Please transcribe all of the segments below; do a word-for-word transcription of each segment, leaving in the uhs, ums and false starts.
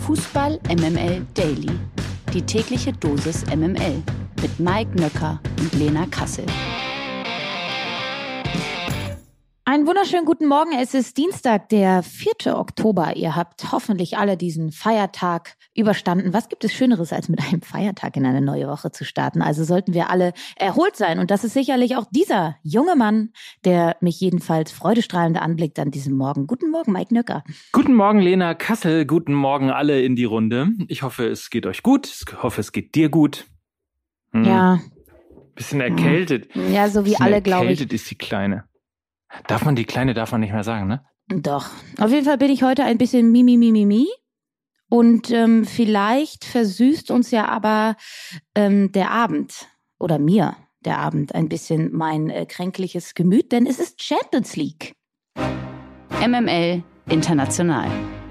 Fußball M M L Daily. Die tägliche Dosis M M L mit Mike Nöcker und Lena Kassel. Einen wunderschönen guten Morgen. Es ist Dienstag, der vierte Oktober. Ihr habt hoffentlich alle diesen Feiertag überstanden. Was gibt es Schöneres, als mit einem Feiertag in eine neue Woche zu starten? Also sollten wir alle erholt sein. Und das ist sicherlich auch dieser junge Mann, der mich jedenfalls freudestrahlend anblickt an diesem Morgen. Guten Morgen, Mike Nöcker. Guten Morgen, Lena Kassel. Guten Morgen alle in die Runde. Ich hoffe, es geht euch gut. Ich hoffe, es geht dir gut. Hm. Ja. Bisschen erkältet. Ja, so wie Bisschen alle, glaube ich. Erkältet ist die Kleine. Darf man die Kleine, darf man nicht mehr sagen, ne? Doch. Auf jeden Fall bin ich heute ein bisschen mi, mi, mi, mi, mi. Und ähm, vielleicht versüßt uns ja aber ähm, der Abend oder mir der Abend ein bisschen mein äh, kränkliches Gemüt, denn es ist Champions League. M M L International.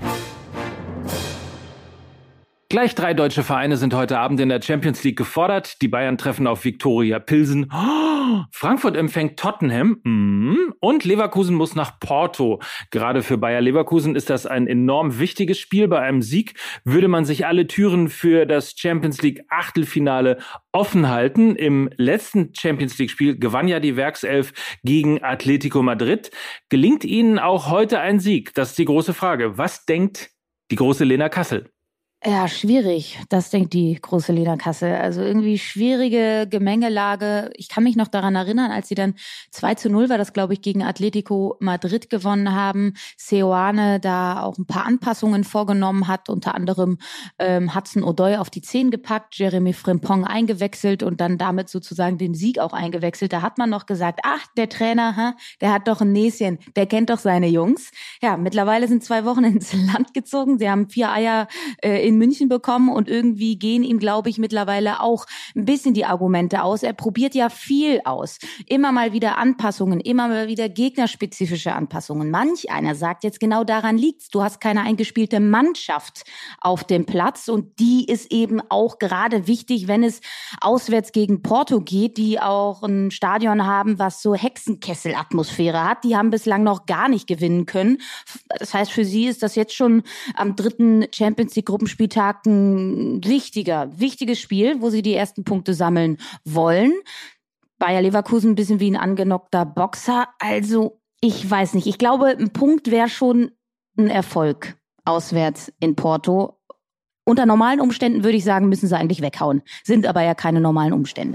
Gleich drei deutsche Vereine sind heute Abend in der Champions League gefordert. Die Bayern treffen auf Viktoria Pilsen. Oh, Frankfurt empfängt Tottenham. Mm, und Leverkusen muss nach Porto. Gerade für Bayer Leverkusen ist das ein enorm wichtiges Spiel. Bei einem Sieg würde man sich alle Türen für das Champions League Achtelfinale offen halten. Im letzten Champions League Spiel gewann ja die Werkself gegen Atletico Madrid. Gelingt ihnen auch heute ein Sieg? Das ist die große Frage. Was denkt die große Lena Kassel? Ja, schwierig. Das denkt die große Lena Kassel. Also irgendwie schwierige Gemengelage. Ich kann mich noch daran erinnern, als sie dann zwei zu null war, das glaube ich gegen Atletico Madrid gewonnen haben. Seoane da auch ein paar Anpassungen vorgenommen hat, unter anderem ähm, Hudson-Odoi auf die zehn gepackt, Jeremy Frimpong eingewechselt und dann damit sozusagen den Sieg auch eingewechselt. Da hat man noch gesagt, ach, der Trainer, ha, der hat doch ein Näschen, der kennt doch seine Jungs. Ja, mittlerweile sind zwei Wochen ins Land gezogen. Sie haben vier Eier äh, in München bekommen und irgendwie gehen ihm, glaube ich, mittlerweile auch ein bisschen die Argumente aus. Er probiert ja viel aus. Immer mal wieder Anpassungen, immer mal wieder gegnerspezifische Anpassungen. Manch einer sagt jetzt, genau daran liegt's. Du hast keine eingespielte Mannschaft auf dem Platz und die ist eben auch gerade wichtig, wenn es auswärts gegen Porto geht, die auch ein Stadion haben, was so Hexenkessel-Atmosphäre hat. Die haben bislang noch gar nicht gewinnen können. Das heißt, für sie ist das jetzt schon am dritten Champions League Gruppenspiel Spieltag ein wichtiger, wichtiges Spiel, wo sie die ersten Punkte sammeln wollen. Bayer Leverkusen ein bisschen wie ein angenockter Boxer. Also, ich weiß nicht. Ich glaube, ein Punkt wäre schon ein Erfolg auswärts in Porto. Unter normalen Umständen würde ich sagen, müssen sie eigentlich weghauen. Sind aber ja keine normalen Umstände.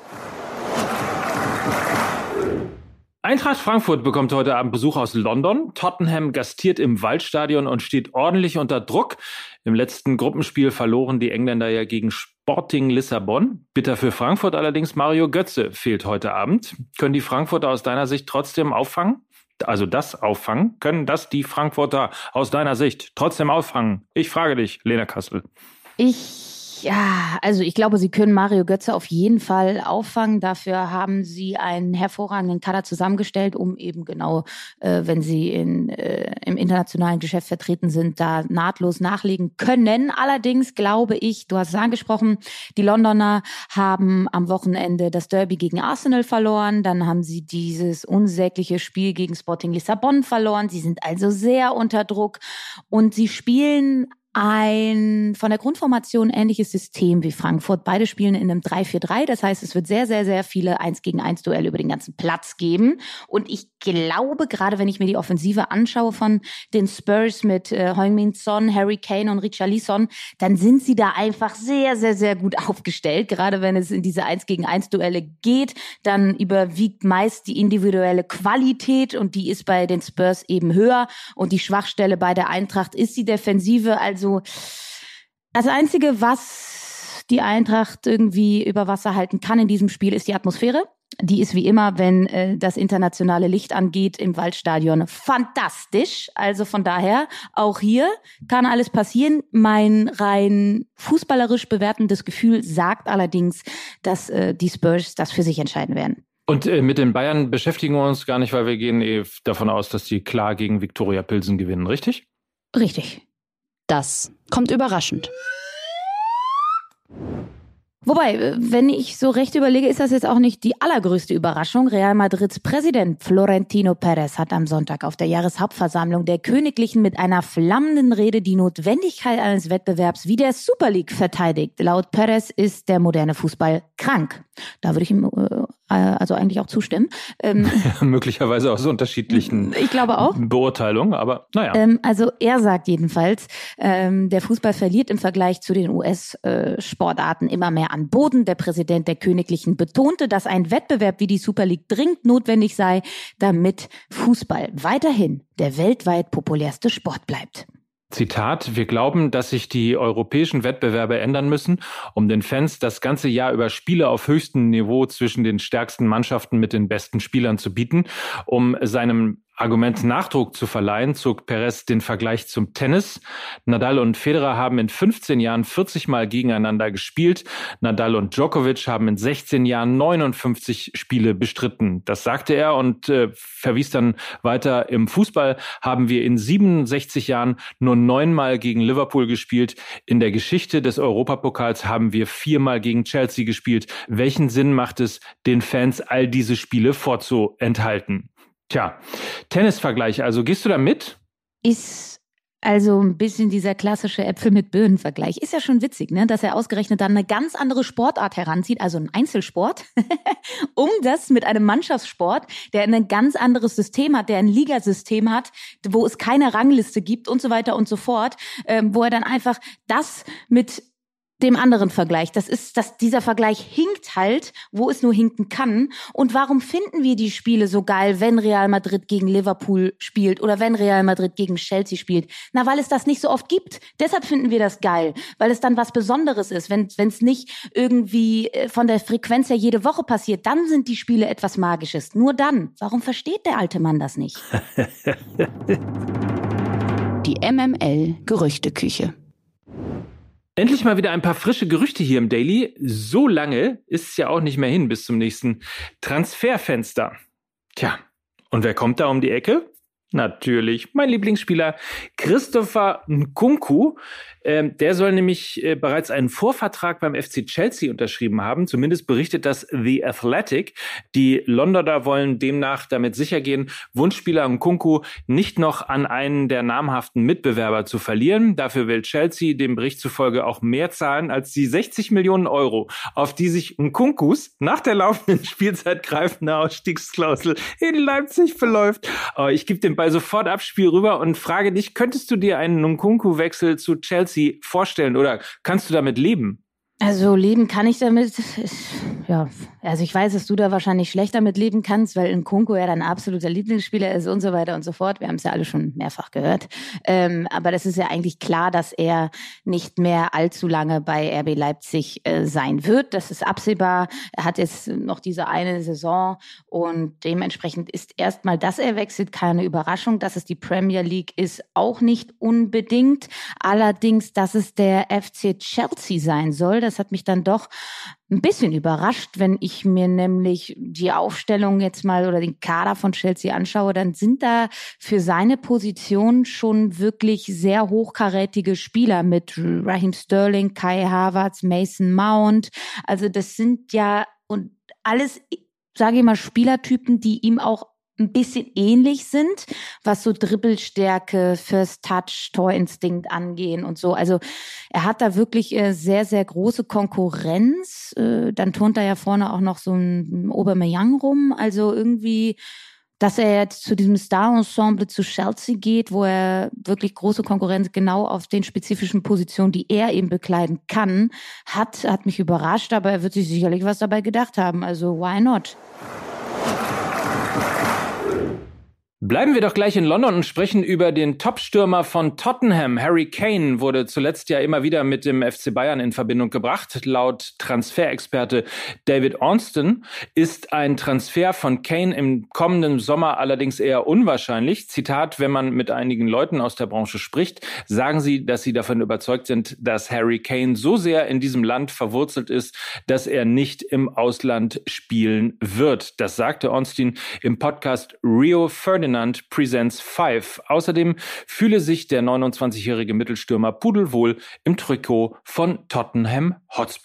Eintracht Frankfurt bekommt heute Abend Besuch aus London. Tottenham gastiert im Waldstadion und steht ordentlich unter Druck. Im letzten Gruppenspiel verloren die Engländer ja gegen Sporting Lissabon. Bitter für Frankfurt allerdings, Mario Götze fehlt heute Abend. Können die Frankfurter aus deiner Sicht trotzdem auffangen? Also das auffangen? Können das die Frankfurter aus deiner Sicht trotzdem auffangen? Ich frage dich, Lena Kassel. Ich Ja, also ich glaube, sie können Mario Götze auf jeden Fall auffangen. Dafür haben sie einen hervorragenden Kader zusammengestellt, um eben genau, äh, wenn sie in, äh, im internationalen Geschäft vertreten sind, da nahtlos nachlegen können. Allerdings glaube ich, du hast es angesprochen, die Londoner haben am Wochenende das Derby gegen Arsenal verloren. Dann haben sie dieses unsägliche Spiel gegen Sporting Lissabon verloren. Sie sind also sehr unter Druck und sie spielen ein von der Grundformation ähnliches System wie Frankfurt. Beide spielen in einem drei vier drei. Das heißt, es wird sehr, sehr, sehr viele eins gegen eins Duelle über den ganzen Platz geben. Und ich glaube, gerade wenn ich mir die Offensive anschaue von den Spurs mit äh, Heung-min Son, Harry Kane und Richarlison, dann sind sie da einfach sehr, sehr, sehr gut aufgestellt. Gerade wenn es in diese eins gegen eins Duelle geht, dann überwiegt meist die individuelle Qualität und die ist bei den Spurs eben höher. Und die Schwachstelle bei der Eintracht ist die Defensive. Also Also das Einzige, was die Eintracht irgendwie über Wasser halten kann in diesem Spiel, ist die Atmosphäre. Die ist wie immer, wenn äh, das internationale Licht angeht, im Waldstadion fantastisch. Also von daher, auch hier kann alles passieren. Mein rein fußballerisch bewertendes Gefühl sagt allerdings, dass äh, die Spurs das für sich entscheiden werden. Und äh, mit den Bayern beschäftigen wir uns gar nicht, weil wir gehen eh davon aus, dass die klar gegen Viktoria Pilsen gewinnen, richtig? Richtig. Das kommt überraschend. Wobei, wenn ich so recht überlege, ist das jetzt auch nicht die allergrößte Überraschung. Real Madrids Präsident Florentino Perez hat am Sonntag auf der Jahreshauptversammlung der Königlichen mit einer flammenden Rede die Notwendigkeit eines Wettbewerbs wie der Super League verteidigt. Laut Perez ist der moderne Fußball krank. Da würde ich ihm äh, also eigentlich auch zustimmen. Ähm, ja, möglicherweise aus unterschiedlichen ich glaube auch. Beurteilungen, aber naja. Ähm, also er sagt jedenfalls, ähm, der Fußball verliert im Vergleich zu den U S-Sportarten immer mehr an Boden. Der Präsident der Königlichen betonte, dass ein Wettbewerb wie die Super League dringend notwendig sei, damit Fußball weiterhin der weltweit populärste Sport bleibt. Zitat, wir glauben, dass sich die europäischen Wettbewerbe ändern müssen, um den Fans das ganze Jahr über Spiele auf höchstem Niveau zwischen den stärksten Mannschaften mit den besten Spielern zu bieten. Um seinem Argument Nachdruck zu verleihen, zog Perez den Vergleich zum Tennis. Nadal und Federer haben in fünfzehn Jahren vierzig Mal gegeneinander gespielt. Nadal und Djokovic haben in sechzehn Jahren neunundfünfzig Spiele bestritten. Das sagte er und äh, verwies dann weiter, im Fußball haben wir in siebenundsechzig Jahren nur neunmal gegen Liverpool gespielt. In der Geschichte des Europapokals haben wir viermal gegen Chelsea gespielt. Welchen Sinn macht es, den Fans all diese Spiele vorzuenthalten? Tja, Tennisvergleich, also gehst du da mit? Ist also ein bisschen dieser klassische Äpfel mit Birnen-Vergleich. Ist ja schon witzig, ne, dass er ausgerechnet dann eine ganz andere Sportart heranzieht, also einen Einzelsport, um das mit einem Mannschaftssport, der ein ganz anderes System hat, der ein Ligasystem hat, wo es keine Rangliste gibt und so weiter und so fort, ähm, wo er dann einfach das mit dem anderen Vergleich. Das ist, dass dieser Vergleich hinkt halt, wo es nur hinken kann. Und warum finden wir die Spiele so geil, wenn Real Madrid gegen Liverpool spielt oder wenn Real Madrid gegen Chelsea spielt? Na, weil es das nicht so oft gibt. Deshalb finden wir das geil, weil es dann was Besonderes ist. Wenn wenn es nicht irgendwie von der Frequenz her jede Woche passiert, dann sind die Spiele etwas Magisches. Nur dann. Warum versteht der alte Mann das nicht? Die M M L-Gerüchteküche. Endlich mal wieder ein paar frische Gerüchte hier im Daily. So lange ist es ja auch nicht mehr hin bis zum nächsten Transferfenster. Tja, und wer kommt da um die Ecke? Natürlich mein Lieblingsspieler Christopher Nkunku. Ähm, der soll nämlich äh, bereits einen Vorvertrag beim F C Chelsea unterschrieben haben. Zumindest berichtet das The Athletic. Die Londoner wollen demnach damit sichergehen, Wunschspieler Nkunku nicht noch an einen der namhaften Mitbewerber zu verlieren. Dafür will Chelsea dem Bericht zufolge auch mehr zahlen als die sechzig Millionen Euro, auf die sich Nkunkus nach der laufenden Spielzeit greifende Ausstiegsklausel in Leipzig verläuft. Oh, ich gebe den Ball sofort ab, Spiel rüber und frage dich, könntest du dir einen Nkunku-Wechsel zu Chelsea vorstellen oder kannst du damit leben? Also leben kann ich damit, ja, also ich weiß, dass du da wahrscheinlich schlecht damit leben kannst, weil Nkunku ja dein absoluter Lieblingsspieler ist und so weiter und so fort. Wir haben es ja alle schon mehrfach gehört. Ähm, aber das ist ja eigentlich klar, dass er nicht mehr allzu lange bei R B Leipzig äh, sein wird. Das ist absehbar. Er hat jetzt noch diese eine Saison und dementsprechend ist erstmal, dass er wechselt, keine Überraschung. Dass es die Premier League ist, auch nicht unbedingt. Allerdings, dass es der F C Chelsea sein soll, das hat mich dann doch ein bisschen überrascht, wenn ich mir nämlich die Aufstellung jetzt mal oder den Kader von Chelsea anschaue, dann sind da für seine Position schon wirklich sehr hochkarätige Spieler mit Raheem Sterling, Kai Havertz, Mason Mount. Also das sind ja und alles, sage ich mal, Spielertypen, die ihm auch ein bisschen ähnlich sind, was so Dribbelstärke, First Touch, Torinstinkt angehen und so. Also er hat da wirklich äh, sehr, sehr große Konkurrenz. Äh, dann turnt da ja vorne auch noch so ein Aubameyang rum. Also irgendwie, dass er jetzt zu diesem Star-Ensemble zu Chelsea geht, wo er wirklich große Konkurrenz genau auf den spezifischen Positionen, die er eben bekleiden kann, hat, hat mich überrascht. Aber er wird sich sicherlich was dabei gedacht haben. Also why not? Bleiben wir doch gleich in London und sprechen über den Top-Stürmer von Tottenham. Harry Kane wurde zuletzt ja immer wieder mit dem F C Bayern in Verbindung gebracht. Laut Transferexperte David Ornstein ist ein Transfer von Kane im kommenden Sommer allerdings eher unwahrscheinlich. Zitat, wenn man mit einigen Leuten aus der Branche spricht, sagen sie, dass sie davon überzeugt sind, dass Harry Kane so sehr in diesem Land verwurzelt ist, dass er nicht im Ausland spielen wird. Das sagte Ornstein im Podcast Rio Ferdinand Presents Five. Außerdem fühle sich der neunundzwanzigjährige Mittelstürmer pudelwohl im Trikot von Tottenham Hotspur.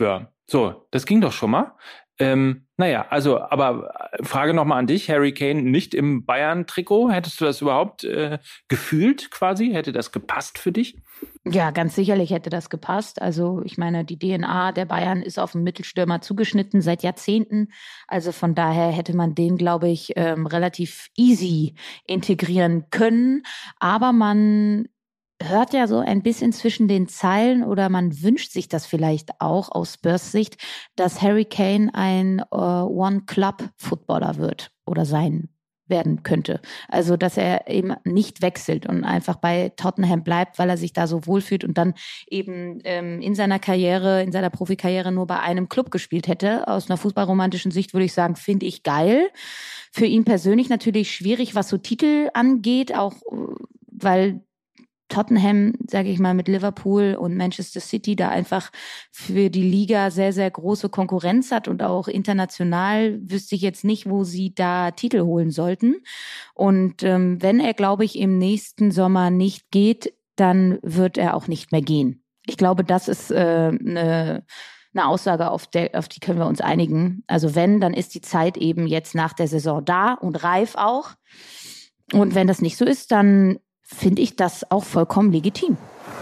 So, das ging doch schon mal. Ähm, naja, also, aber Frage nochmal an dich, Harry Kane nicht im Bayern-Trikot. Hättest du das überhaupt äh, gefühlt quasi? Hätte das gepasst für dich? Ja, ganz sicherlich hätte das gepasst. Also ich meine, die D N A der Bayern ist auf den Mittelstürmer zugeschnitten seit Jahrzehnten. Also von daher hätte man den, glaube ich, ähm, relativ easy integrieren können. Aber man hört ja so ein bisschen zwischen den Zeilen oder man wünscht sich das vielleicht auch aus Spurs Sicht, dass Harry Kane ein äh, One-Club-Footballer wird oder sein werden könnte. Also, dass er eben nicht wechselt und einfach bei Tottenham bleibt, weil er sich da so wohlfühlt und dann eben ähm, in seiner Karriere, in seiner Profikarriere nur bei einem Club gespielt hätte. Aus einer fußballromantischen Sicht würde ich sagen, finde ich geil. Für ihn persönlich natürlich schwierig, was so Titel angeht, auch weil Tottenham, sage ich mal, mit Liverpool und Manchester City da einfach für die Liga sehr, sehr große Konkurrenz hat und auch international wüsste ich jetzt nicht, wo sie da Titel holen sollten. Und ähm, wenn er, glaube ich, im nächsten Sommer nicht geht, dann wird er auch nicht mehr gehen. Ich glaube, das ist äh, eine eine Aussage, auf, der, auf die können wir uns einigen. Also wenn, dann ist die Zeit eben jetzt nach der Saison da und reif auch. Und wenn das nicht so ist, dann finde ich das auch vollkommen legitim.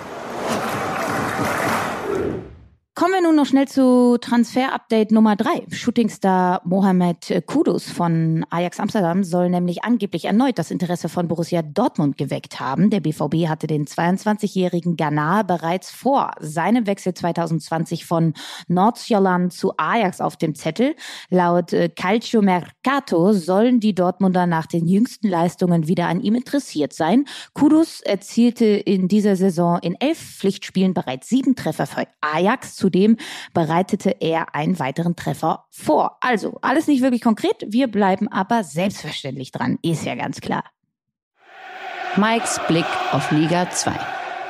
Kommen wir nun noch schnell zu Transfer-Update Nummer drei. Shootingstar Mohamed Kudus von Ajax Amsterdam soll nämlich angeblich erneut das Interesse von Borussia Dortmund geweckt haben. Der B V B hatte den zweiundzwanzigjährigen Ghanaer bereits vor seinem Wechsel zwanzig zwanzig von Nordsjælland zu Ajax auf dem Zettel. Laut Calcio Mercato sollen die Dortmunder nach den jüngsten Leistungen wieder an ihm interessiert sein. Kudus erzielte in dieser Saison in elf Pflichtspielen bereits sieben Treffer für Ajax. Zudem bereitete er einen weiteren Treffer vor. Also, alles nicht wirklich konkret, wir bleiben aber selbstverständlich dran, ist ja ganz klar. Mikes Blick auf Liga zwei.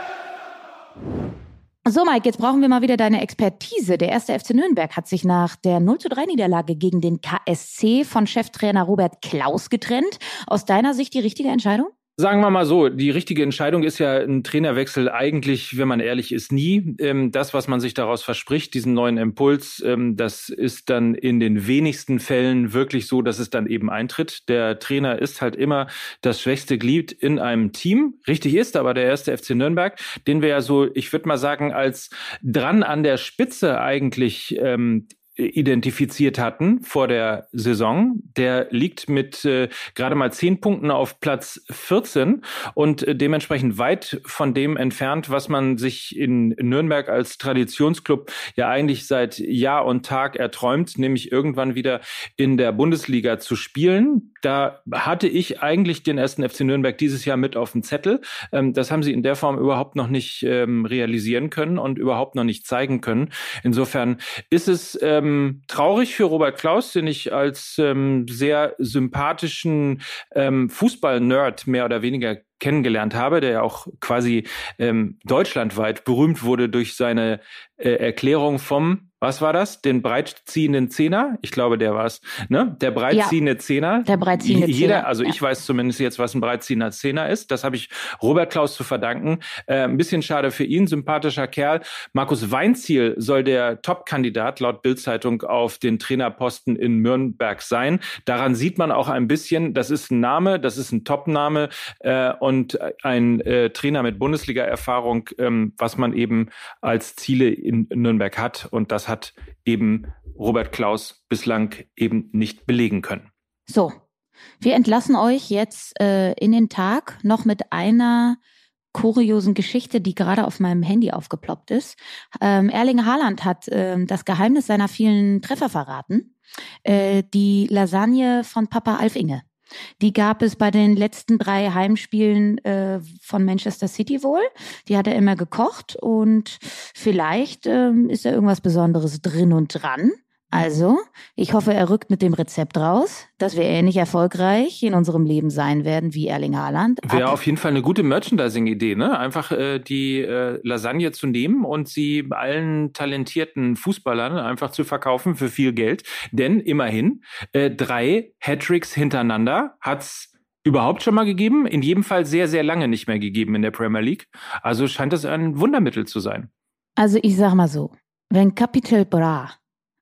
So, Mike, jetzt brauchen wir mal wieder deine Expertise. Der erste F C Nürnberg hat sich nach der null zu drei Niederlage gegen den K S C von Cheftrainer Robert Klaus getrennt. Aus deiner Sicht die richtige Entscheidung? Sagen wir mal so, die richtige Entscheidung ist ja ein Trainerwechsel eigentlich, wenn man ehrlich ist, nie. Ähm, das, was man sich daraus verspricht, diesen neuen Impuls, ähm, das ist dann in den wenigsten Fällen wirklich so, dass es dann eben eintritt. Der Trainer ist halt immer das schwächste Glied in einem Team. Richtig ist aber der erste F C Nürnberg, den wir ja so, ich würde mal sagen, als dran an der Spitze eigentlich ähm, identifiziert hatten vor der Saison. Der liegt mit äh, gerade mal zehn Punkten auf Platz vierzehn und äh, dementsprechend weit von dem entfernt, was man sich in Nürnberg als Traditionsclub ja eigentlich seit Jahr und Tag erträumt, nämlich irgendwann wieder in der Bundesliga zu spielen. Da hatte ich eigentlich den ersten F C Nürnberg dieses Jahr mit auf dem Zettel. Ähm, das haben sie in der Form überhaupt noch nicht ähm, realisieren können und überhaupt noch nicht zeigen können. Insofern ist es ähm, traurig für Robert Klaus, den ich als ähm, sehr sympathischen ähm, Fußball-Nerd mehr oder weniger kennengelernt habe, der ja auch quasi ähm, deutschlandweit berühmt wurde durch seine äh, Erklärung vom, was war das? Den breitziehenden Zehner? Ich glaube, der war es, ne? Der breitziehende ja, Zehner. Der breitziehende Jeder, Zehner. also ja. Ich weiß zumindest jetzt, was ein breitziehender Zehner ist. Das habe ich Robert Klaus zu verdanken. Äh, ein bisschen schade für ihn, sympathischer Kerl. Markus Weinzierl soll der Top-Kandidat laut Bild-Zeitung auf den Trainerposten in Nürnberg sein. Daran sieht man auch ein bisschen, das ist ein Name, das ist ein Top-Name äh, und ein äh, Trainer mit Bundesliga-Erfahrung, ähm, was man eben als Ziele in Nürnberg hat. Und das hat eben Robert Klaus bislang eben nicht belegen können. So, wir entlassen euch jetzt äh, in den Tag noch mit einer kuriosen Geschichte, die gerade auf meinem Handy aufgeploppt ist. Ähm, Erling Haaland hat ähm, das Geheimnis seiner vielen Treffer verraten. Äh, die Lasagne von Papa Alf Inge. Die gab es bei den letzten drei Heimspielen äh, von Manchester City wohl. Die hat er immer gekocht und vielleicht ähm, ist da irgendwas Besonderes drin und dran. Also, ich hoffe, er rückt mit dem Rezept raus, dass wir ähnlich erfolgreich in unserem Leben sein werden wie Erling Haaland. Wäre auf jeden Fall eine gute Merchandising-Idee, ne? Einfach äh, die äh, Lasagne zu nehmen und sie allen talentierten Fußballern einfach zu verkaufen für viel Geld. Denn immerhin, äh, drei Hattricks hintereinander hat's überhaupt schon mal gegeben, in jedem Fall sehr, sehr lange nicht mehr gegeben in der Premier League. Also scheint das ein Wundermittel zu sein. Also ich sag mal so, wenn Capital Bra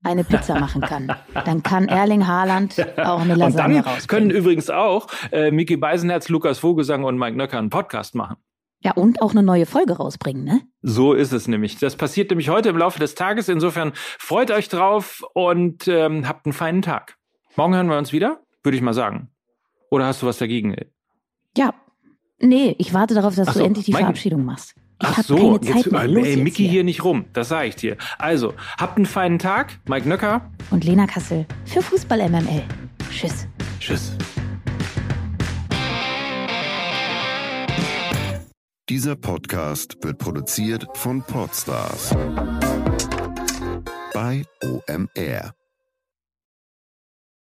eine Pizza machen kann, dann kann Erling Haaland auch eine Lasagne und dann rausbringen. Können übrigens auch äh, Micky Beisenherz, Lukas Vogelsang und Mike Nöcker einen Podcast machen. Ja, und auch eine neue Folge rausbringen, ne? So ist es nämlich. Das passiert nämlich heute im Laufe des Tages. Insofern freut euch drauf und ähm, habt einen feinen Tag. Morgen hören wir uns wieder, würde ich mal sagen. Oder hast du was dagegen? Ja, nee, ich warte darauf, dass Ach du so, endlich die Mike. Verabschiedung machst. Ich Ach hab so, keine Zeit jetzt, mehr. Los ey, jetzt Micky hier. hier nicht rum, das sage ich dir. Also, habt einen feinen Tag. Mike Nöcker. Und Lena Kassel für Fußball M M L. Tschüss. Tschüss. Dieser Podcast wird produziert von Podstars bei O M R.